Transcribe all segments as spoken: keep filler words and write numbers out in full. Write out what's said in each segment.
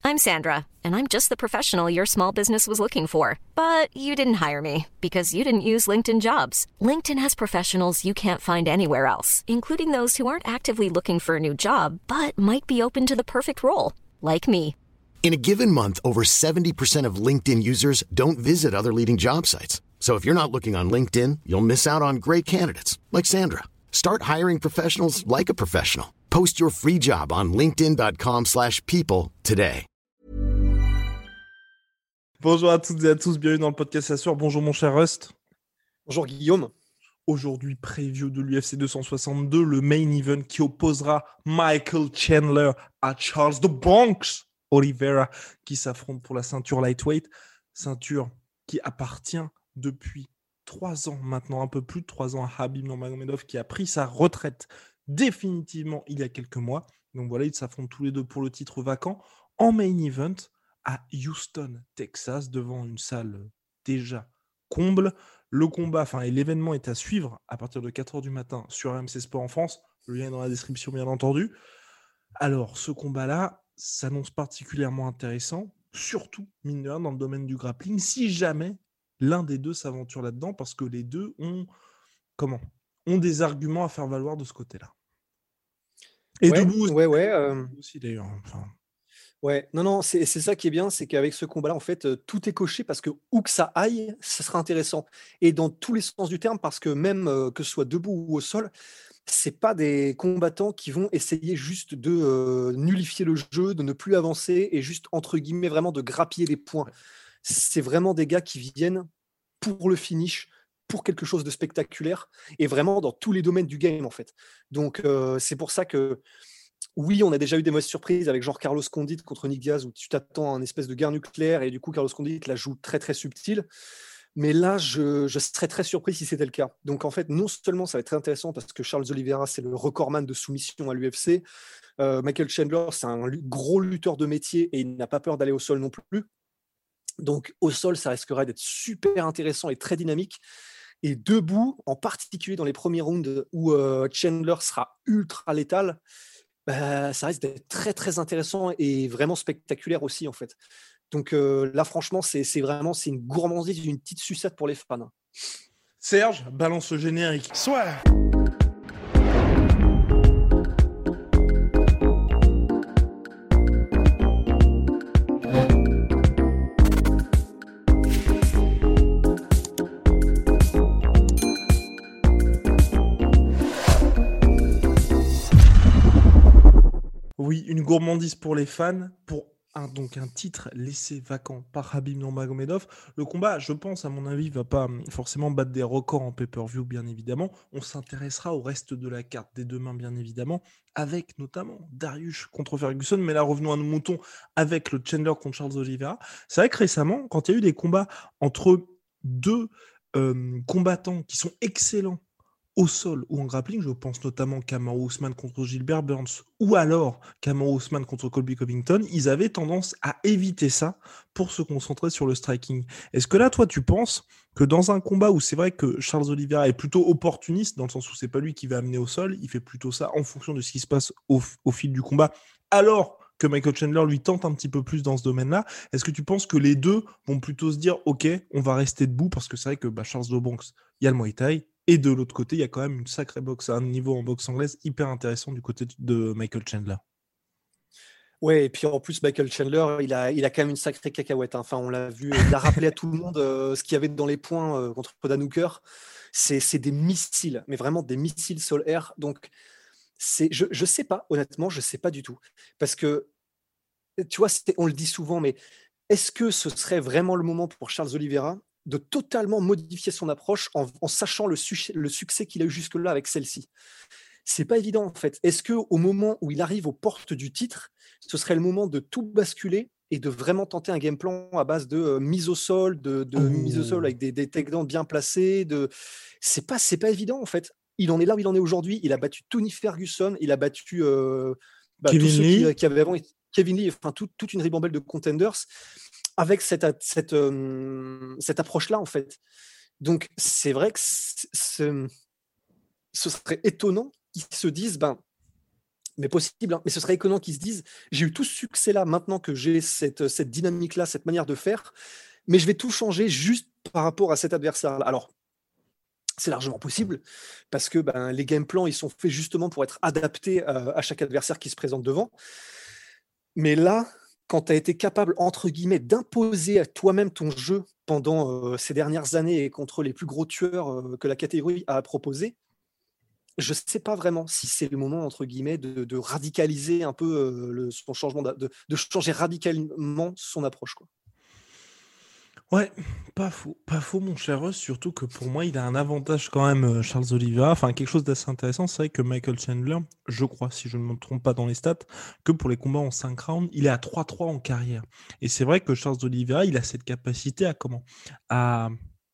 I'm Sandra, and I'm just the professional your small business was looking for. But you didn't hire me because you didn't use LinkedIn Jobs. LinkedIn has professionals you can't find anywhere else, including those who aren't actively looking for a new job, but might be open to the perfect role, like me. In a given month, over seventy percent of LinkedIn users don't visit other leading job sites. So if you're not looking on LinkedIn, you'll miss out on great candidates like Sandra. Start hiring professionals like a professional. Post your free job on linkedin.com slash people today. Bonjour à toutes et à tous, bienvenue dans le podcast Assure. Bonjour mon cher Rust. Bonjour Guillaume. Aujourd'hui, preview de l'U F C deux cent soixante-deux, le main event qui opposera Michael Chandler à Charles The Bronx Oliveira qui s'affrontent pour la ceinture lightweight, ceinture qui appartient depuis trois ans maintenant, un peu plus de trois ans à Khabib Nurmagomedov qui a pris sa retraite définitivement il y a quelques mois. Donc voilà, ils s'affrontent tous les deux pour le titre vacant en main event à Houston, Texas, devant une salle déjà comble. Le combat, enfin et l'événement est à suivre à partir de quatre heures du matin sur R M C Sport en France. Le lien est dans la description bien entendu. Alors ce combat-là s'annonce particulièrement intéressant, surtout, mine de rien, dans le domaine du grappling, si jamais l'un des deux s'aventure là-dedans, parce que les deux ont, comment, ont des arguments à faire valoir de ce côté-là. Et ouais, debout aussi, ouais, ouais, euh... aussi d'ailleurs. Enfin... Ouais, non, non, c'est, c'est ça qui est bien, c'est qu'avec ce combat-là, en fait, euh, tout est coché parce que où que ça aille, ça sera intéressant. Et dans tous les sens du terme, parce que même euh, que ce soit debout ou au sol, c'est pas des combattants qui vont essayer juste de euh, nullifier le jeu, de ne plus avancer et juste, entre guillemets, vraiment de grappiller des points. Ouais. C'est vraiment des gars qui viennent pour le finish, pour quelque chose de spectaculaire et vraiment dans tous les domaines du game, en fait. Donc, euh, c'est pour ça que oui, on a déjà eu des mauvaises surprises avec genre Carlos Condit contre Nick Diaz où tu t'attends à une espèce de guerre nucléaire et du coup, Carlos Condit la joue très, très subtile. Mais là, je, je serais très surpris si c'était le cas. Donc, en fait, non seulement ça va être très intéressant parce que Charles Oliveira, c'est le recordman de soumission à l'U F C. Euh, Michael Chandler, c'est un gros lutteur de métier et il n'a pas peur d'aller au sol non plus. Donc, au sol, ça risquerait d'être super intéressant et très dynamique. Et debout, en particulier dans les premiers rounds où euh, Chandler sera ultra létal, bah, ça risque d'être très, très intéressant et vraiment spectaculaire aussi, en fait. Donc euh, là, franchement, c'est, c'est vraiment c'est une gourmandise, une petite sucette pour les fans. Serge, balance le générique. Soit. Oui, une gourmandise pour les fans, pour un, donc un titre laissé vacant par Khabib Nurmagomedov. Le combat, je pense, à mon avis, ne va pas forcément battre des records en pay-per-view, bien évidemment. On s'intéressera au reste de la carte dès demain, bien évidemment, avec notamment Dariush contre Ferguson. Mais là, revenons à nos moutons avec le Chandler contre Charles Oliveira. C'est vrai que récemment, quand il y a eu des combats entre deux euh, combattants qui sont excellents au sol ou en grappling, je pense notamment Kamaru Usman contre Gilbert Burns ou alors Kamaru Usman contre Colby Covington, ils avaient tendance à éviter ça pour se concentrer sur le striking. Est-ce que là, toi, tu penses que dans un combat où c'est vrai que Charles Oliveira est plutôt opportuniste, dans le sens où c'est pas lui qui va amener au sol, il fait plutôt ça en fonction de ce qui se passe au, au fil du combat, alors que Michael Chandler lui tente un petit peu plus dans ce domaine-là, est-ce que tu penses que les deux vont plutôt se dire « Ok, on va rester debout » parce que c'est vrai que bah, Charles The Bronx, il y a le Muay Thai, et de l'autre côté, il y a quand même une sacrée boxe à un niveau en boxe anglaise hyper intéressant du côté de Michael Chandler. Ouais, et puis en plus, Michael Chandler, il a, il a quand même une sacrée cacahuète. Hein. Enfin, on l'a vu, il a rappelé à tout le monde euh, ce qu'il y avait dans les points euh, contre Dan Hooker. C'est, c'est des missiles, mais vraiment des missiles sol-air. Donc, c'est, je ne sais pas, honnêtement, je ne sais pas du tout. Parce que, tu vois, on le dit souvent, mais est-ce que ce serait vraiment le moment pour Charles Oliveira de totalement modifier son approche en, en sachant le, su- le succès qu'il a eu jusque-là avec celle-ci? C'est pas évident, en fait. Est-ce qu'au moment où il arrive aux portes du titre, ce serait le moment de tout basculer et de vraiment tenter un game plan à base de euh, mise au sol, de, de oh. mise au sol avec des, des takedowns bien placés. De... C'est pas, c'est pas évident, en fait. Il en est là où il en est aujourd'hui. Il a battu Tony Ferguson, il a battu euh, bah, tous ceux qui, qui avaient avant, Kevin Lee, enfin tout, toute une ribambelle de contenders avec cette, cette, euh, cette approche-là, en fait. Donc, c'est vrai que c'est, c'est, ce serait étonnant qu'ils se disent, ben, Mais possible, hein. Mais ce serait étonnant qu'ils se disent: «J'ai eu tout ce succès-là, maintenant que j'ai cette, cette dynamique-là, cette manière de faire, mais je vais tout changer juste par rapport à cet adversaire-là». Alors, c'est largement possible parce que, ben, les game plans, ils sont faits justement pour être adaptés, heu, à chaque adversaire qui se présente devant. Mais là, quand tu as été capable, entre guillemets, «d'imposer à toi-même ton jeu» pendant, heu, ces dernières années et contre les plus gros tueurs, heu, que la catégorie a à proposer, je sais pas vraiment si c'est le moment, entre guillemets, de de radicaliser un peu, heu, le son changement d'a de de changer radicalement son approche, quoi. Ouais, pas faux, pas faux, mon cher Russ, surtout que pour moi, il a un avantage quand même, euh, Charles Oliveira. Enfin, quelque chose d'assez intéressant, c'est vrai que Michael Chandler, je crois, si je ne me trompe pas dans les stats, que pour les combats en cinq rounds, il est à trois trois en carrière. Et c'est vrai que Charles Oliveira, il a cette capacité à comment? À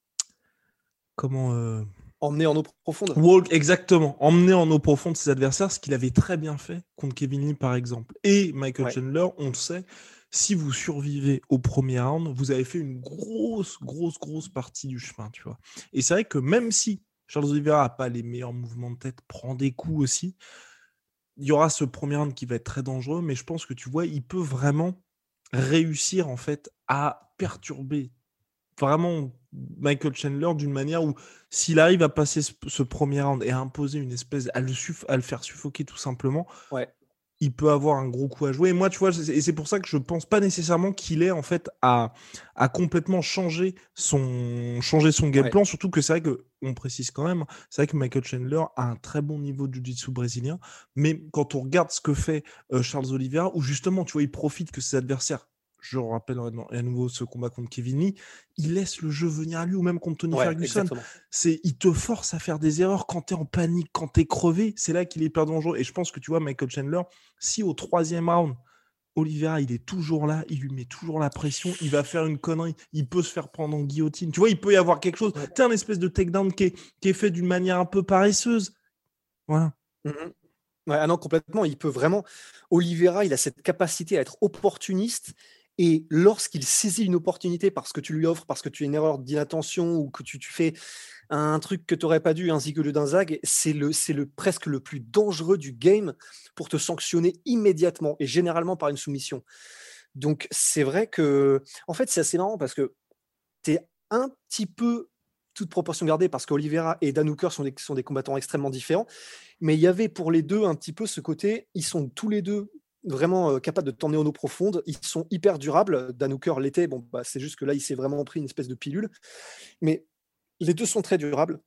comment euh, Emmener en eau profonde? walk, exactement, emmener en eau profonde ses adversaires, ce qu'il avait très bien fait contre Kevin Lee, par exemple. Et Michael Ouais. Chandler, on le sait, si vous survivez au premier round, vous avez fait une grosse, grosse, grosse partie du chemin, tu vois. Et c'est vrai que même si Charles Oliveira n'a pas les meilleurs mouvements de tête, prend des coups aussi, il y aura ce premier round qui va être très dangereux, mais je pense que tu vois, il peut vraiment réussir en fait à perturber vraiment Michael Chandler d'une manière où s'il arrive à passer ce, ce premier round et à imposer une espèce, à le, suff- à le faire suffoquer tout simplement, Ouais. il peut avoir un gros coup à jouer. Et moi, tu vois, c'est- et c'est pour ça que je pense pas nécessairement qu'il ait en fait à, à complètement changer son, changer son game Ouais. plan, surtout que c'est vrai que, on précise quand même, c'est vrai que Michael Chandler a un très bon niveau de jiu-jitsu brésilien, mais quand on regarde ce que fait euh, Charles Oliveira, où justement, tu vois, il profite que ses adversaires, je rappelle à nouveau ce combat contre Kevin Lee, il laisse le jeu venir à lui, ou même contre Tony Ouais, Ferguson. exactement. C'est, il te force à faire des erreurs quand tu es en panique, quand tu es crevé. C'est là qu'il est hyper dangereux. Et je pense que tu vois, Michael Chandler, si au troisième round, Oliveira, il est toujours là, il lui met toujours la pression, il va faire une connerie, il peut se faire prendre en guillotine. Tu vois, il peut y avoir quelque chose. Ouais. Tu as un espèce de takedown qui est, qui est fait d'une manière un peu paresseuse. Voilà. Mmh mh. Ouais, ah non, complètement. Il peut vraiment Oliveira, il a cette capacité à être opportuniste et lorsqu'il saisit une opportunité parce que tu lui offres, parce que tu as une erreur d'inattention ou que tu tu fais un truc que tu aurais pas dû, ainsi que le d'un zag, c'est le c'est le presque le plus dangereux du game pour te sanctionner immédiatement et généralement par une soumission. Donc c'est vrai que en fait, c'est assez marrant parce que tu es un petit peu, toute proportion gardée, parce qu'Oliveira et Dan Hooker sont des sont des combattants extrêmement différents, mais il y avait pour les deux un petit peu ce côté, ils sont tous les deux vraiment, heu, capables de t'emmener en eau profonde. Ils sont hyper durables. Dan Hooker l'était, bon, bah, c'est juste que là, il s'est vraiment pris une espèce de pilule, mais les deux sont très durables.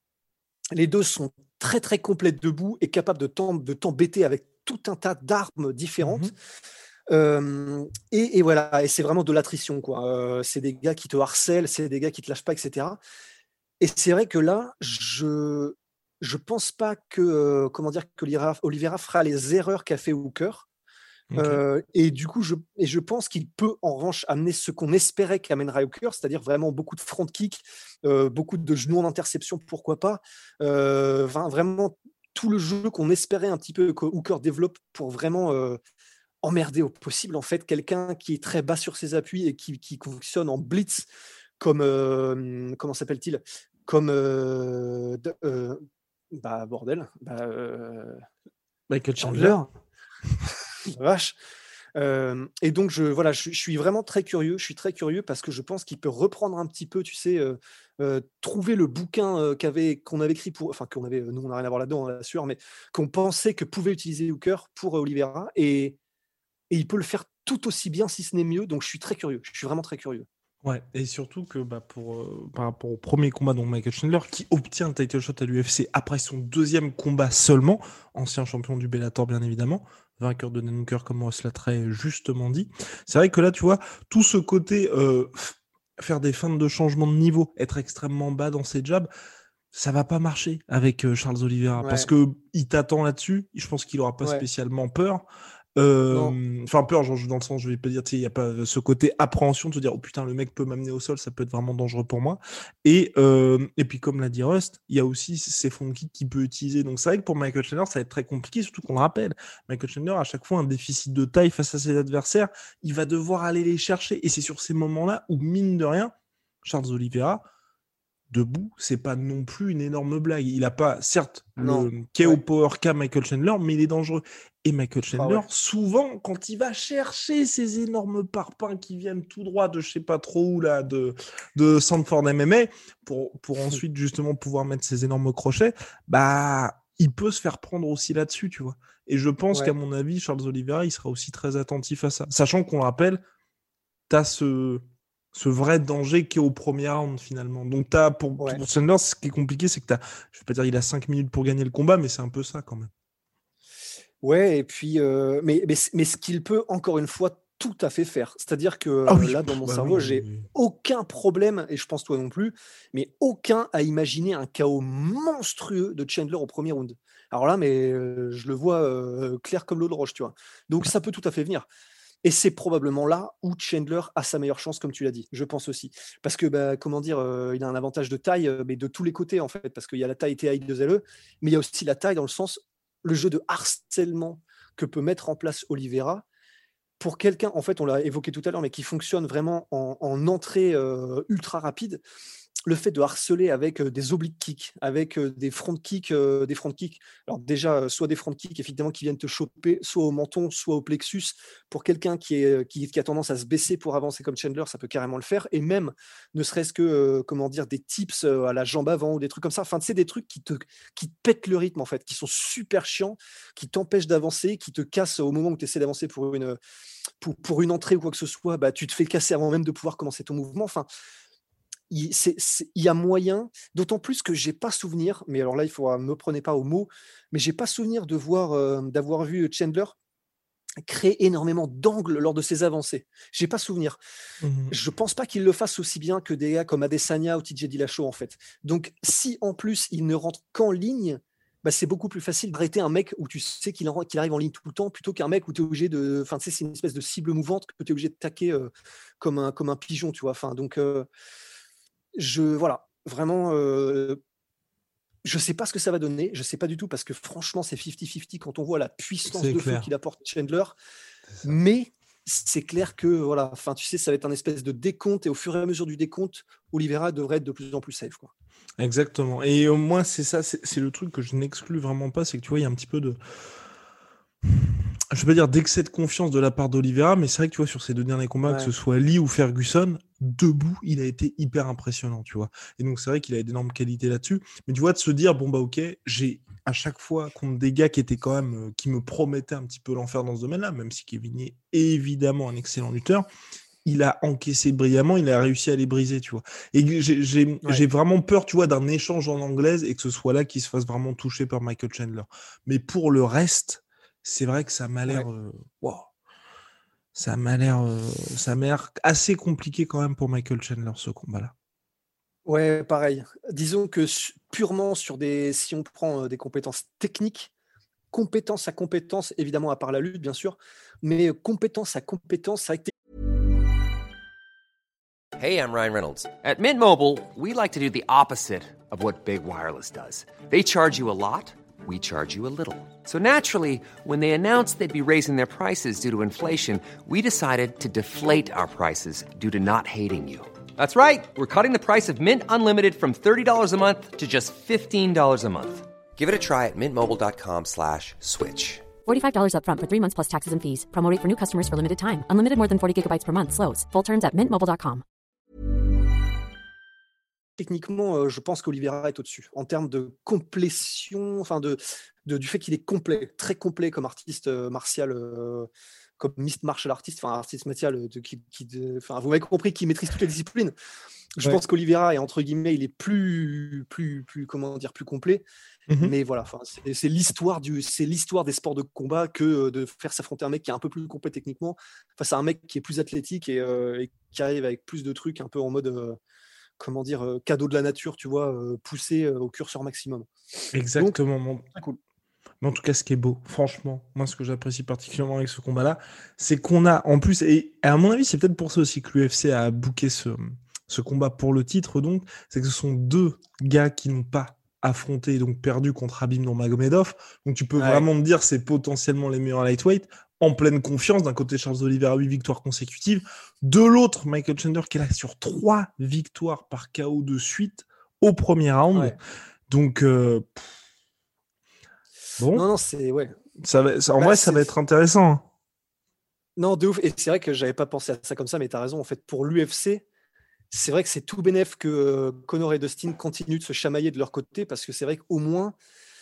Les deux sont très, très complètes debout et capables de t'em de t'embêter avec tout un tas d'armes différentes. Mhm. Hem et et voilà, et c'est vraiment de l'attrition, quoi. Heu, c'est des gars qui te harcèlent, c'est des gars qui te lâchent pas et cetera, et c'est vrai que là, je je pense pas que, heu, comment dire? Qu'Olira Oliveira fera les erreurs qu'a fait Hooker, Ok. heu et du coup, je et je pense qu'il peut en revanche amener ce qu'on espérait qu'amènerait Hooker, c'est-à-dire vraiment beaucoup de front kick, heu, beaucoup de genoux en interception, pourquoi pas? Heu, enfin vraiment tout le jeu qu'on espérait un petit peu que Hooker développe pour vraiment, heu, emmerder au possible, en fait, quelqu'un qui est très bas sur ses appuis et qui qui fonctionne en blitz comme, hem, comment s'appelle-t-il? Comme, heu, de heu, bah, bordel, bah, heu, Michael Chandler. Chandler, la vache! Hem et donc je voilà, je suis je suis vraiment très curieux, je suis très curieux parce que je pense qu'il peut reprendre un petit peu, tu sais, heu heu, trouver le bouquin, heu, qu'avait qu'on avait écrit pour enfin qu'on avait, nous on n'a rien à voir là-dedans, hein, bien sûr, mais qu'on pensait que pouvait utiliser Hooker pour, heu, Oliveira, et et il peut le faire tout aussi bien, si ce n'est mieux, donc je suis très curieux, je suis vraiment très curieux. Ouais, et surtout que bah, pour, euh, par rapport au premier combat, donc Michael Chandler, qui obtient le title shot à l'U F C après son deuxième combat seulement, ancien champion du Bellator bien évidemment, vainqueur de Dan Hooker comme Ross l'a très justement dit. C'est vrai que là, tu vois, tout ce côté euh, f- faire des feintes de changement de niveau, être extrêmement bas dans ses jabs, ça va pas marcher avec euh, Charles Oliveira parce Ouais, que il t'attend là-dessus. Je pense qu'il aura pas ouais, spécialement peur. non, Euh, Enfin, peur, genre, dans le sens, je vais pas dire, tu sais, il y a pas ce côté appréhension de se dire, oh putain, le mec peut m'amener au sol, ça peut être vraiment dangereux pour moi. Et, euh, et puis, comme l'a dit Rust, il y a aussi ces front kicks qu'il peut utiliser. Donc, c'est vrai que pour Michael Chandler, ça va être très compliqué, surtout qu'on le rappelle. Michael Chandler, à chaque fois, un déficit de taille face à ses adversaires, il va devoir aller les chercher. Et c'est sur ces moments-là où, mine de rien, Charles Oliveira, debout, c'est pas non plus une énorme blague. Il a pas, certes, non, le K O ouais, power qu'a Michael Chandler, mais il est dangereux. Et Michael Ah Chandler, ouais. souvent, quand il va chercher ces énormes parpaings qui viennent tout droit de je sais pas trop où, là, de, de Sanford M M A, pour, pour ensuite justement pouvoir mettre ces énormes crochets, bah, il peut se faire prendre aussi là-dessus, tu vois. Et je pense qu'à Ouais. mon avis, Charles Oliveira, il sera aussi très attentif à ça. Sachant qu'on le rappelle, t'as ce, ce vrai danger qui est au premier round, finalement. Donc, t'as, pour, Ouais. pour Chandler, ce qui est compliqué, c'est que t'as, je vais pas dire il a cinq minutes pour gagner le combat, mais c'est un peu ça, quand même. Ouais, et puis, euh, mais, mais, mais ce qu'il peut, encore une fois, tout à fait faire. C'est-à-dire que Ah euh, oui, là, dans pff, mon bah cerveau, oui, oui, j'ai oui. aucun problème, et je pense toi non plus, mais aucun à imaginer un chaos monstrueux de Chandler au premier round. Alors là, mais euh, je le vois euh, clair comme l'eau de roche, tu vois. Donc ça peut tout à fait venir. Et c'est probablement là où Chandler a sa meilleure chance, comme tu l'as dit, je pense aussi. Parce que, bah, comment dire, euh, il a un avantage de taille, euh, mais de tous les côtés, en fait, parce qu'il y a la taille T I deux L E, mais il y a aussi la taille dans le sens, le jeu de harcèlement que peut mettre en place Oliveira, pour quelqu'un, en fait, on l'a évoqué tout à l'heure, mais qui fonctionne vraiment en, en entrée euh, ultra rapide, le fait de harceler avec euh, des oblique kicks, avec euh, des front kicks, euh, des front kicks. Alors déjà, euh, soit des front kicks effectivement qui viennent te choper, soit au menton, soit au plexus. Pour quelqu'un qui, est, euh, qui, qui a tendance à se baisser pour avancer comme Chandler, ça peut carrément le faire. Et même, ne serait-ce que, euh, comment dire, des tips euh, à la jambe avant ou des trucs comme ça. Enfin, c'est des trucs qui te, qui te pètent le rythme en fait, qui sont super chiants, qui t'empêchent d'avancer, qui te cassent au moment où tu essaies d'avancer pour une, pour, pour une entrée ou quoi que ce soit. Bah, tu te fais casser avant même de pouvoir commencer ton mouvement. Enfin, il, c'est- c'est- il y a moyen, d'autant plus que j'ai pas souvenir, mais alors là, il faudra me prenez pas au mot, mais j'ai pas souvenir de voir, euh, d'avoir vu Chandler créer énormément d'angles lors de ses avancées. J'ai pas souvenir. Mhm. Je pense pas qu'il le fasse aussi bien que des gars comme Adesanya ou T J Dillashaw en fait. Donc, si en plus il ne rentre qu'en ligne, bah, c'est beaucoup plus facile d'arrêter un mec où tu sais qu'il, en- qu'il arrive en ligne tout le temps plutôt qu'un mec où tu es obligé de. Enfin, tu sais, c'est une espèce de cible mouvante que tu es obligé de taquer euh, comme, un, comme un pigeon, tu vois. Enfin, donc, euh, je. Voilà. Vraiment, euh, je sais pas ce que ça va donner. Je sais pas du tout parce que franchement, c'est cinquante cinquante quand on voit la puissance C'est de feu clair. qu'il apporte Chandler. C'est ça. Mais c'est clair que, voilà, enfin, tu sais, ça va être un espèce de décompte et au fur et à mesure du décompte, Oliveira devrait être de plus en plus safe, quoi. Exactement. Et au moins, c'est ça, c'est c'est le truc que je n'exclus vraiment pas, c'est que tu vois, il y a un petit peu de, je vais pas dire d'excès de confiance de la part d'Oliveira, mais c'est vrai que tu vois, sur ces deux derniers combats, que ce Ouais. soit Lee ou Ferguson, debout, il a été hyper impressionnant, tu vois. Et donc, c'est vrai qu'il a d'énormes qualités là-dessus. Mais tu vois, de se dire, bon, bah, ok, j'ai à chaque fois contre des gars qui étaient quand même, euh, qui me promettaient un petit peu l'enfer dans ce domaine-là, même si Kevin est évidemment un excellent lutteur, il a encaissé brillamment, il a réussi à les briser, tu vois. Et j'ai j'ai- Ouais. j'ai vraiment peur, tu vois, d'un échange en anglaise et que ce soit là qu'il se fasse vraiment toucher par Michael Chandler. Mais pour le reste, c'est vrai que ça m'a Ouais. l'air, euh, wow, ça m'a l'air, euh, ça m'a l'air assez compliqué quand même pour Michael Chandler ce combat-là. Ouais, pareil. Disons que su- purement sur des, si on prend euh, des compétences techniques, compétence à compétence, évidemment à part la lutte, bien sûr, mais euh, compétence à compétence, c'est vrai que Hey, I'm Ryan Reynolds. At Mint Mobile, we like to do the opposite of what Big Wireless does. They charge you a lot, we charge you a little. So naturally, when they announced they'd be raising their prices due to inflation, we decided to deflate our prices due to not hating you. That's right. We're cutting the price of Mint Unlimited from thirty dollars a month to just fifteen dollars a month. Give it a try at mintmobile.com slash switch. forty-five dollars upfront for three months plus taxes and fees. Promo rate for new customers for limited time. Unlimited more than forty gigabytes per month slows. Full terms at mint mobile dot com. techniquement, euh, je pense qu'Oliveira est au-dessus. En termes de complétion, enfin de, de- du fait qu'il est complet, très complet comme artiste euh, martial, euh, comme mixed martial artist, enfin artiste martial, euh, de, qui, qui- de- enfin, vous m'avez compris, qui maîtrise toutes les disciplines. Je Ouais. pense qu'Oliveira est entre guillemets, il est plus, plus, plus, comment dire, plus complet. Mhm. Mais voilà, enfin, c'est c'est l'histoire du, c'est l'histoire des sports de combat que euh, de faire s'affronter un mec qui est un peu plus complet techniquement face à un mec qui est plus athlétique et, euh, et qui arrive avec plus de trucs un peu en mode, euh, comment dire, euh, cadeau de la nature, tu vois, euh, poussé euh, au curseur maximum. Donc, Exactement. Mon- très cool. Mais en tout cas, ce qui est beau, franchement, moi, ce que j'apprécie particulièrement avec ce combat-là, c'est qu'on a, en plus, et à mon avis, c'est peut-être pour ça aussi que l'U F C a booké ce, ce combat pour le titre, donc, c'est que ce sont deux gars qui n'ont pas affronté et donc perdu contre Khabib Nurmagomedov. Donc, tu peux Ouais. vraiment te dire, c'est potentiellement les meilleurs lightweight, en pleine confiance. D'un côté, Charles Oliveira, huit victoires consécutives. De l'autre, Michael Chandler, qui est là sur trois victoires par K O de suite au premier round. Ouais. Donc, euh, bon. Non, non, c'est ouais. Ça va, ça- en Bah, vrai, ça c'est... va être intéressant, hein. Non, de ouf. Et c'est vrai que j'avais pas pensé à ça comme ça, mais tu as raison. En fait, pour l'U F C, c'est vrai que c'est tout bénef que euh, Conor et Dustin continuent de se chamailler de leur côté, parce que c'est vrai qu'au moins,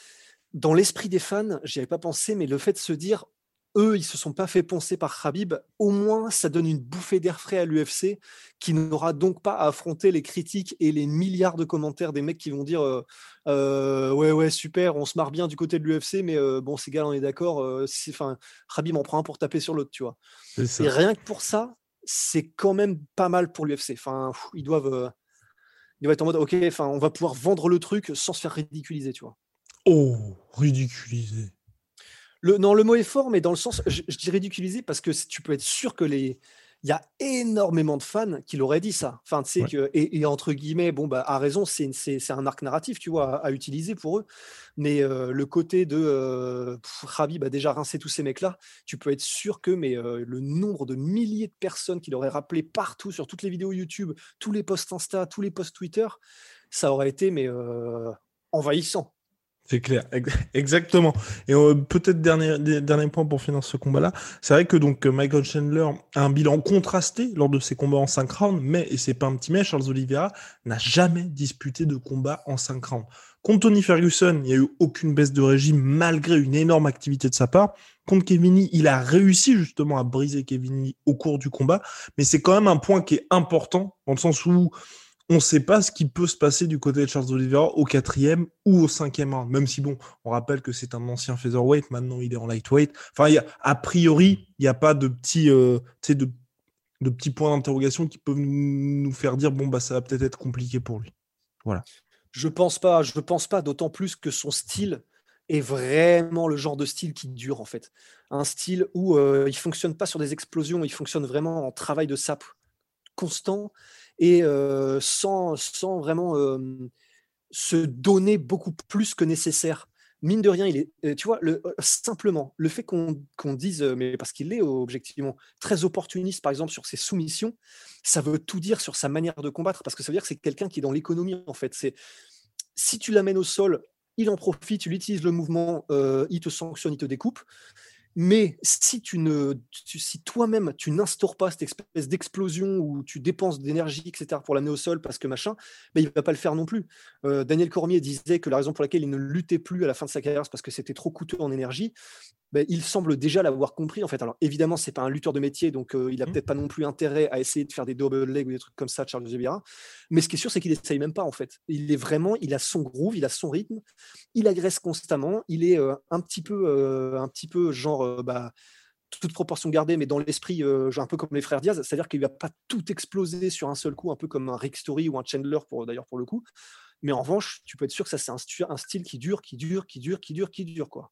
dans l'esprit des fans, j'y avais pas pensé, mais le fait de se dire, eux, ils se sont pas fait poncer par Khabib, au moins ça donne une bouffée d'air frais à l'U F C, qui n'aura donc pas à affronter les critiques et les milliards de commentaires des mecs qui vont dire euh, euh, ouais ouais super, on se marre bien du côté de l'U F C, mais euh, bon c'est gars, on est d'accord, euh, c'est- enfin Khabib en prend un pour taper sur l'autre, tu vois. C'est Et ça. rien que pour ça, c'est quand même pas mal pour l'U F C. Enfin, pff, ils doivent, euh, ils doivent être en mode ok, enfin on va pouvoir vendre le truc sans se faire ridiculiser, tu vois. Oh, ridiculisé. Le, non, le mot est fort, mais dans le sens, je, je dis ridiculisé parce que tu peux être sûr que les, il y a énormément de fans qui l'auraient dit ça. Enfin, tu sais Ouais. que, et, et entre guillemets, bon, bah, à raison, c'est, une- c'est, c'est un arc narratif, tu vois, à, à utiliser pour eux. Mais euh, le côté de euh, pff, Khabib a déjà rincé tous ces mecs-là, tu peux être sûr que, mais euh, le nombre de milliers de personnes qui l'auraient rappelé partout sur toutes les vidéos YouTube, tous les posts Insta, tous les posts Twitter, ça aurait été, mais euh, envahissant. C'est clair, ex- exactement. Et euh, peut-être dernier, dé- dernier point pour finir ce combat-là. C'est vrai que donc euh, Michael Chandler a un bilan contrasté lors de ses combats en cinq rounds, mais, et c'est pas un petit mais, Charles Oliveira n'a jamais disputé de combat en cinq rounds. Contre Tony Ferguson, il n'y a eu aucune baisse de régime malgré une énorme activité de sa part. Contre Kevin Lee, il a réussi justement à briser Kevin Lee au cours du combat, mais c'est quand même un point qui est important dans le sens où on ne sait pas ce qui peut se passer du côté de Charles Oliveira au quatrième ou au cinquième round. Même si, bon, on rappelle que c'est un ancien featherweight, maintenant il est en lightweight. Enfin, il y a, a priori, il n'y a pas de petits, euh, tu sais, de, de petits points d'interrogation qui peuvent nous, nous faire dire, bon, bah, ça va peut-être être compliqué pour lui. Voilà. Je pense pas, je pense pas, d'autant plus que son style est vraiment le genre de style qui dure en fait. Un style où euh, il fonctionne pas sur des explosions, il fonctionne vraiment en travail de sape constant et euh, sans, sans vraiment euh, se donner beaucoup plus que nécessaire. Mine de rien, il est, euh, tu vois, le, euh, simplement le fait qu'on qu'on dise, euh, mais parce qu'il est objectivement très opportuniste, par exemple sur ses soumissions, ça veut tout dire sur sa manière de combattre, parce que ça veut dire que c'est quelqu'un qui est dans l'économie en fait. C'est si tu l'amènes au sol, il en profite, il utilise le mouvement, euh, il te sanctionne, il te découpe. Mais si tu ne, tu- si toi-même tu n'instaures pas cette espèce d'explosion où tu dépenses d'énergie, et cetera, pour l'amener au sol parce que machin, ben, il va pas le faire non plus. Euh, Daniel Cormier disait que la raison pour laquelle il ne luttait plus à la fin de sa carrière, c'est parce que c'était trop coûteux en énergie. Ben, il semble déjà l'avoir compris en fait. Alors évidemment, c'est pas un lutteur de métier, donc euh, il a Mmh. peut-être pas non plus intérêt à essayer de faire des double legs ou des trucs comme ça, Charles Oliveira. Mais ce qui est sûr, c'est qu'il essaye même pas en fait. Il est vraiment, il a son groove, il a son rythme, il agresse constamment, il est euh, un petit peu, euh, un petit peu genre, euh, bah, toute proportion gardée, mais dans l'esprit, euh, genre un peu comme les frères Diaz, c'est-à-dire qu'il va pas tout exploser sur un seul coup, un peu comme un Rick Story ou un Chandler pour d'ailleurs pour le coup. Mais en revanche, tu peux être sûr que ça c'est un, stu- un style qui dure, qui dure, qui dure, qui dure, qui dure quoi.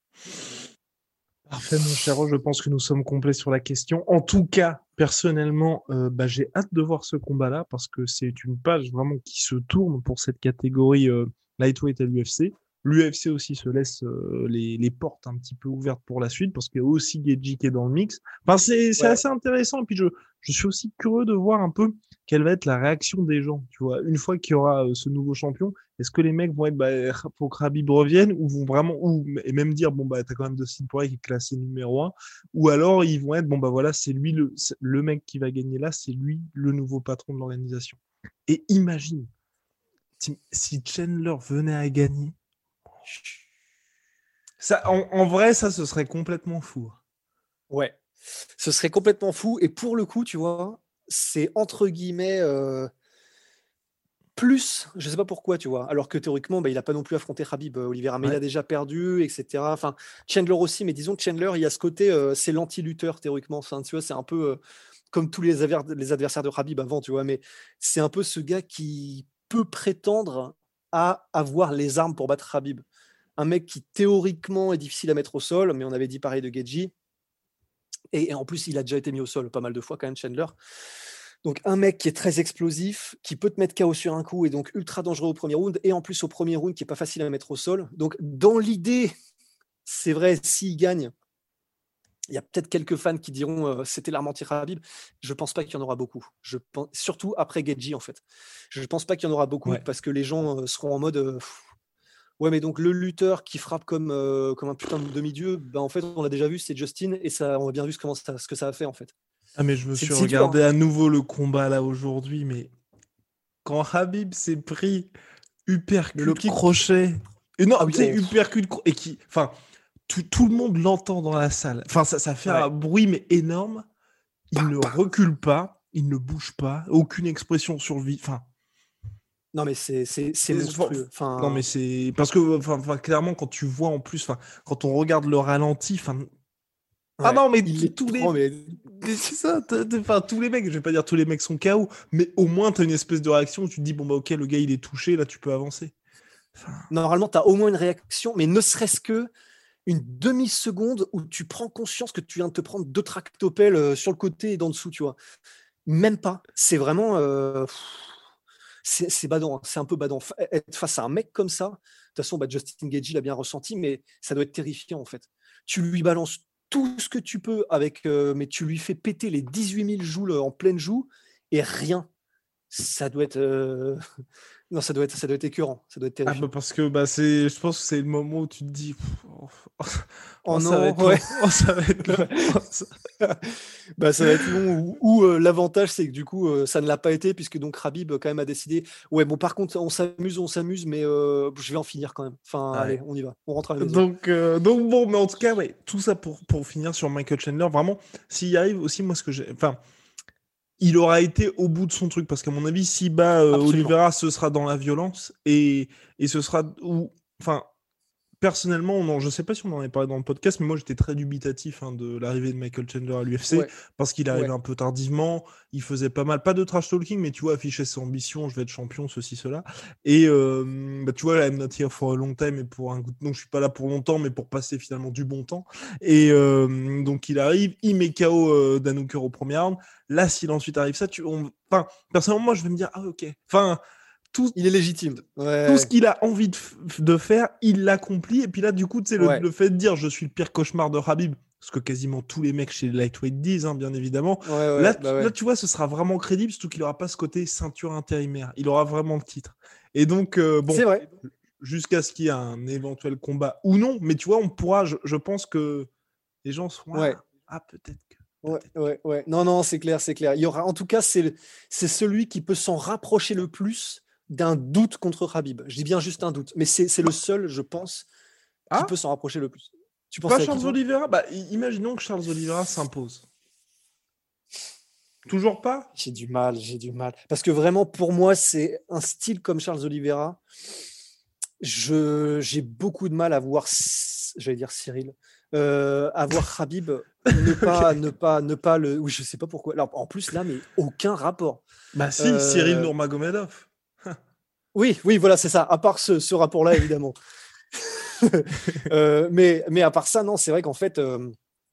Parfait, mon cher, je pense que nous sommes complets sur la question. En tout cas, personnellement, euh, bah, j'ai hâte de voir ce combat-là parce que c'est une page vraiment qui se tourne pour cette catégorie euh, lightweight à l'U F C. L'U F C aussi se laisse euh, les, les portes un petit peu ouvertes pour la suite parce qu'il y a aussi Gedji qui est dans le mix. Enfin, c'est c'est Ouais. assez intéressant. Et puis, je, je suis aussi curieux de voir un peu quelle va être la réaction des gens. Tu vois, une fois qu'il y aura euh, ce nouveau champion, est-ce que les mecs vont être, bah, faut que Khabib revienne ou vont vraiment, ou, et même dire, bon, bah, t'as quand même Dustin Poirier qui est classé numéro un, ou alors ils vont être, bon, bah, voilà, c'est lui le, c'est le mec qui va gagner là, c'est lui le nouveau patron de l'organisation. Et imagine, si, si Chandler venait à gagner, ça, en, en vrai, ça, ce serait complètement fou. Ouais. Ce serait complètement fou. Et pour le coup, tu vois, c'est entre guillemets euh, plus, je sais pas pourquoi, tu vois, alors que théoriquement, bah, il a pas non plus affronté Khabib, euh, Oliveira, mais il Ouais. a déjà perdu, et cetera. Enfin, Chandler aussi, mais disons que Chandler, il y a ce côté, euh, c'est l'anti-lutteur théoriquement. Enfin, tu vois, c'est un peu euh, comme tous les, aver- les adversaires de Khabib avant, tu vois, mais c'est un peu ce gars qui peut prétendre à avoir les armes pour battre Khabib. Un mec qui théoriquement est difficile à mettre au sol, mais on avait dit pareil de Gedji. Et, et en plus, il a déjà été mis au sol pas mal de fois quand même, Chandler. Donc un mec qui est très explosif, qui peut te mettre K O sur un coup et donc ultra dangereux au premier round, et en plus au premier round qui est pas facile à mettre au sol. Donc dans l'idée, c'est vrai, s'il gagne, il y a peut-être quelques fans qui diront euh, c'était l'arme anti-Khabib. Je pense pas qu'il y en aura beaucoup. Je pense, surtout après Gedji en fait. Je pense pas qu'il y en aura beaucoup Ouais. parce que les gens euh, seront en mode euh, pff, Ouais, mais donc le lutteur qui frappe comme, euh, comme un putain de demi-dieu, bah, en fait, on l'a déjà vu, c'est Justin, et ça, on a bien vu ce, comment ça- ce que ça a fait, en fait. Ah, mais je me C'est suis c'est dur, hein. regardé à nouveau le combat là aujourd'hui, mais quand Habib s'est pris Le uppercut, low kick. crochet, et non, Ah oui, tu sais, oh, pff, uppercut, cro- et qui, enfin, tout, tout le monde l'entend dans la salle. Enfin, ça, ça fait un ouais. bruit, mais énorme. Il Pa, ne pa. recule pas, il ne bouge pas, aucune expression sur le vi- Enfin, Non, mais c'est c'est- c'est c'est- enfin, monstrueux. non, mais Enfin, c'est parce que, enfin, enfin, clairement, quand tu vois en plus, enfin, quand on regarde le ralenti, enfin, ah ouais, non, mais il t- les tous les, prend, mais mais c'est ça, t'as- t'as- enfin, tous les mecs, je vais pas dire tous les mecs sont K O, mais au moins t'as une espèce de réaction où tu te dis bon bah ok, le gars il est touché, là tu peux avancer. Enfin, normalement, tu as au moins une réaction, mais ne serait-ce que une demi-seconde où tu prends conscience que tu viens de te prendre deux tractopelles euh, sur le côté et d'en dessous, tu vois. Même pas. C'est vraiment. euh, pff, c'est c'est badant, hein. C'est un peu badant. Fa- Être face à un mec comme ça, de toute façon, bah, Justin Gaethje l'a bien ressenti, mais ça doit être terrifiant, en fait. Tu lui balances tout ce que tu peux, avec, euh, mais tu lui fais péter les dix-huit mille joules en pleine joue et rien. Ça doit être. euh, Non, ça doit être, ça doit être écœurant. Ça doit être ah bah terrifiant. parce que bah c'est, je pense que c'est le moment où tu te dis pff, oh, oh, Oh oh, ça va non, être ouais. long, oh ça va être long. Oh, ça- Bah, ça va être long. Ou, ou, euh, l'avantage, c'est que du coup, euh, ça ne l'a pas été, puisque donc Khabib euh, quand même a décidé. Ouais, bon, par contre, on s'amuse, on s'amuse, mais euh, je vais en finir quand même. Enfin, Ouais. allez, on y va. On rentre à la maison. Donc, euh, donc bon, mais en tout cas, ouais, tout ça pour, pour finir sur Michael Chandler, vraiment, s'il y arrive aussi, moi, ce que j'ai. Enfin, il aura été au bout de son truc, parce qu'à mon avis, s'il bat euh, Absolument. Oliveira, ce sera dans la violence, et, et ce sera. Où, enfin, personnellement, non, je sais pas si on en avait parlé dans le podcast, mais moi j'étais très dubitatif hein, de l'arrivée de Michael Chandler à l'U F C Ouais, parce qu'il arrivait ouais. un peu tardivement, il faisait pas mal, pas de trash talking, mais tu vois, affichait ses ambitions, je vais être champion, ceci, cela. Et euh, bah, tu vois, I'm not here for a long time, et pour un coup de... donc je suis pas là pour longtemps, mais pour passer finalement du bon temps. Et euh, donc il arrive, il met K O euh, Dan Hooker au premier round. Là, s'il ensuite arrive ça, tu... on... enfin, personnellement, moi je vais me dire, ah ok. Enfin, tout, Il est légitime. tout ce Ouais, qu'il a envie de, f- de faire, il l'accomplit. Et puis là, du coup, tu sais, le, ouais, le fait de dire je suis le pire cauchemar de Habib, ce que quasiment tous les mecs chez les lightweight disent, hein, bien évidemment. ouais, ouais, Là, bah tu- là, ouais. tu vois, ce sera vraiment crédible, surtout qu'il n'aura pas ce côté ceinture intérimaire. Il aura vraiment le titre. Et donc, euh, bon, C'est vrai. jusqu'à ce qu'il y ait un éventuel combat ou non, mais tu vois, on pourra, je, je pense que les gens seront Ouais, ah, ah, peut-être que. ouais, Peut-être. ouais, ouais. Non, non, c'est clair, c'est clair. Il y aura, en tout cas, c'est le- c'est celui qui peut s'en rapprocher le plus d'un doute contre Khabib. Je dis bien juste un doute, mais c'est c'est le seul, je pense, qui peut Ah, s'en rapprocher le plus. Tu penses pas à qui, Charles toi? Oliveira? Bah, i- imaginons que Charles Oliveira s'impose. Toujours pas? J'ai du mal, j'ai du mal. Parce que vraiment, pour moi, c'est un style comme Charles Oliveira. Je, j'ai beaucoup de mal à voir, C- j'allais dire Cyril, euh, à voir Khabib ne pas, Ok. ne pas, ne pas le. Oui, je sais pas pourquoi. Alors, en plus, là, mais aucun rapport. Bah si, Cyril Euh, Nurmagomedov. oui, oui, voilà, c'est ça. À part ce, ce rapport-là, évidemment. Euh, mais, mais à part ça, non, c'est vrai qu'en fait, euh,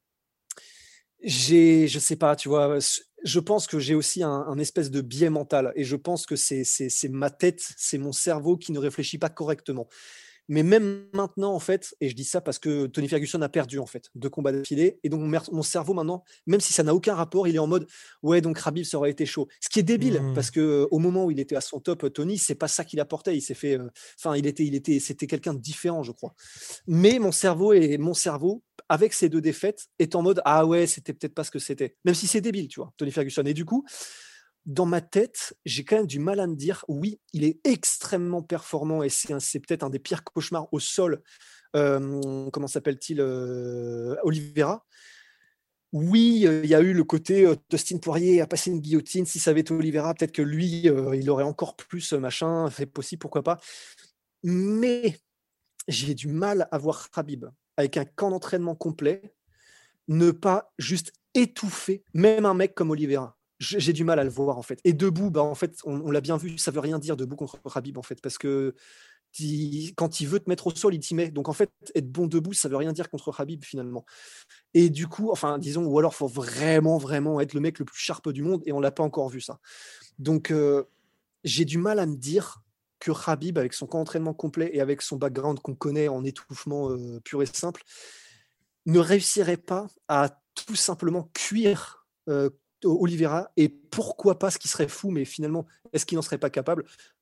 j'ai, je sais pas, tu vois, je pense que j'ai aussi un, un espèce de biais mental et je pense que c'est, c'est, c'est ma tête, c'est mon cerveau qui ne réfléchit pas correctement. Mais même maintenant, en fait, et je dis ça parce que Tony Ferguson a perdu, en fait, deux combats d'affilée. Et donc, mon, mer- mon cerveau, maintenant, même si ça n'a aucun rapport, il est en mode, ouais, donc Khabib, ça aurait été chaud. Ce qui est débile, Hmm. parce que euh, au moment où il était à son top, euh, Tony, c'est pas ça qu'il apportait. Il s'est fait, euh, enfin, il était, il était, c'était quelqu'un de différent, je crois. Mais mon cerveau et mon cerveau, avec ces deux défaites, est en mode, ah ouais, c'était peut-être pas ce que c'était. Même si c'est débile, tu vois, Tony Ferguson. Et du coup, dans ma tête, j'ai quand même du mal à me dire, oui, il est extrêmement performant et c'est, un- c'est peut-être un des pires cauchemars au sol. Euh, comment s'appelle-t-il euh, Oliveira. Oui, euh, il y a eu le côté euh, Dustin Poirier a passé une guillotine. Si ça avait été Oliveira, peut-être que lui, euh, il aurait encore plus euh, machin. C'est possible, pourquoi pas. Mais j'ai du mal à voir Khabib avec un camp d'entraînement complet ne pas juste étouffer même un mec comme Oliveira. J'ai j'ai du mal à le voir en fait. Et debout, bah en fait, on, on l'a bien vu, ça veut rien dire debout contre Khabib en fait, parce que il- quand il veut te mettre au sol, il t'y met. Donc en fait, être bon debout, ça veut rien dire contre Khabib finalement. Et du coup, enfin, disons, ou alors faut vraiment, vraiment être le mec le plus sharp du monde, et on l'a pas encore vu ça. Donc euh, j'ai du mal à me dire que Khabib, avec son camp d'entraînement complet et avec son background qu'on connaît en étouffement euh, pur et simple, ne réussirait pas à tout simplement cuire euh, Oliveira. Et pourquoi pas, ce qui serait fou, mais finalement, est-ce qu'il n'en serait pas capable,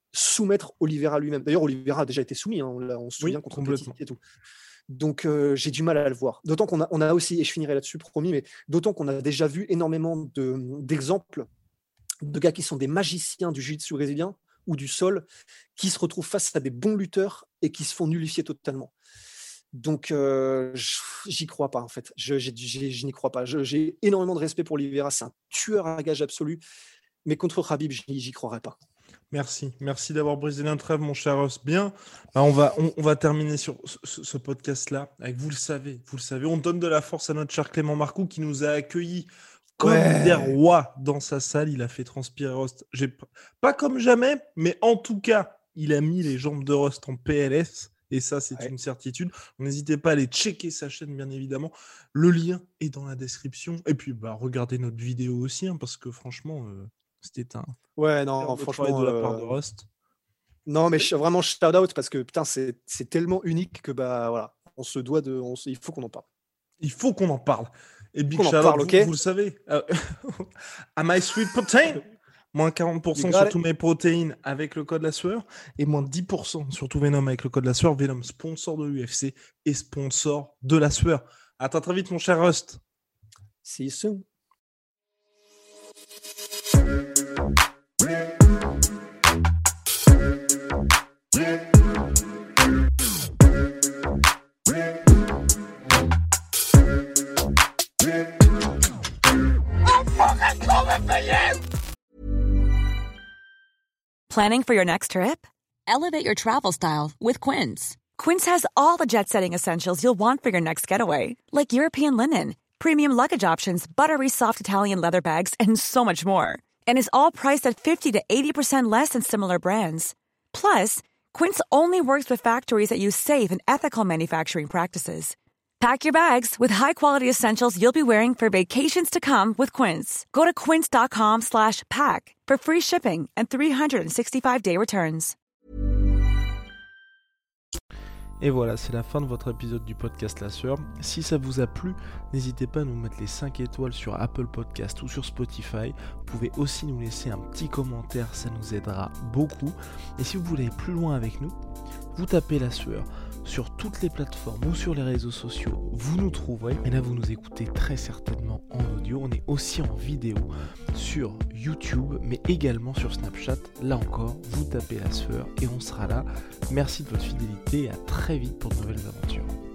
soumettre Oliveira lui-même. D'ailleurs, Oliveira a déjà été soumis, hein, on, l'a, on se souvient Oui, contre complètement. Petit et tout. Donc, euh, j'ai du mal à le voir. D'autant qu'on a, on a aussi, et je finirai là-dessus, promis, mais d'autant qu'on a déjà vu énormément de, d'exemples de gars qui sont des magiciens du jiu-jitsu brésilien ou du sol, qui se retrouvent face à des bons lutteurs et qui se font nullifier totalement. Donc, euh, j'y crois pas, en fait. Je, j'ai, j'ai, je n'y crois pas. Je, j'ai énormément de respect pour Oliveira. C'est un tueur à gage absolu. Mais contre Khabib, j'y, j'y croirais pas. Merci, merci d'avoir brisé l'intrêve, mon cher Ross. Bien, bah, on, va, on, on va terminer sur ce, ce podcast-là. Avec vous le savez, vous le savez, on donne de la force à notre cher Clément Marcoux qui nous a accueillis comme Ouais. des rois dans sa salle. Il a fait transpirer Rost. J'ai, pas comme jamais, mais en tout cas, il a mis les jambes de Rost en P L S. Et ça, c'est ouais. une certitude. N'hésitez pas à aller checker sa chaîne, bien évidemment. Le lien est dans la description. Et puis, bah, regardez notre vidéo aussi, hein, parce que franchement... Euh... C'était un. Ouais, non, franchement. De la part de Rust. Euh... Non, mais vraiment shout out parce que putain, c'est, c'est tellement unique que bah voilà, on se doit de. On se... Il faut qu'on en parle. Il faut qu'on en parle. Et big shout out, vous, okay vous le savez. Uh, à My Sweet Protein, moins quarante pour cent sur tous mes protéines avec le code La Sueur et moins dix pour cent sur tout Venom avec le code La Sueur. Venom, sponsor de l'U F C et sponsor de La Sueur. À très très vite, mon cher Rust. See you soon. Planning for your next trip? Elevate your travel style with Quince. Quince has all the jet-setting essentials you'll want for your next getaway, like European linen, premium luggage options, buttery soft Italian leather bags, and so much more. And is all priced at fifty to eighty percent less than similar brands. Plus, Quince only works with factories that use safe and ethical manufacturing practices. Pack your bags with high-quality essentials you'll be wearing for vacations to come with Quince. Go to quince.com slash pack for free shipping and three sixty-five day returns. Et voilà, c'est la fin de votre épisode du podcast La Sueur. Si ça vous a plu, n'hésitez pas à nous mettre les cinq étoiles sur Apple Podcast ou sur Spotify. Vous pouvez aussi nous laisser un petit commentaire, ça nous aidera beaucoup. Et si vous voulez aller plus loin avec nous, vous tapez La Sueur sur toutes les plateformes ou sur les réseaux sociaux, vous nous trouverez. Et là, vous nous écoutez très certainement en audio. On est aussi en vidéo sur YouTube, mais également sur Snapchat. Là encore, vous tapez La Sueur et on sera là. Merci de votre fidélité et à très vite pour de nouvelles aventures.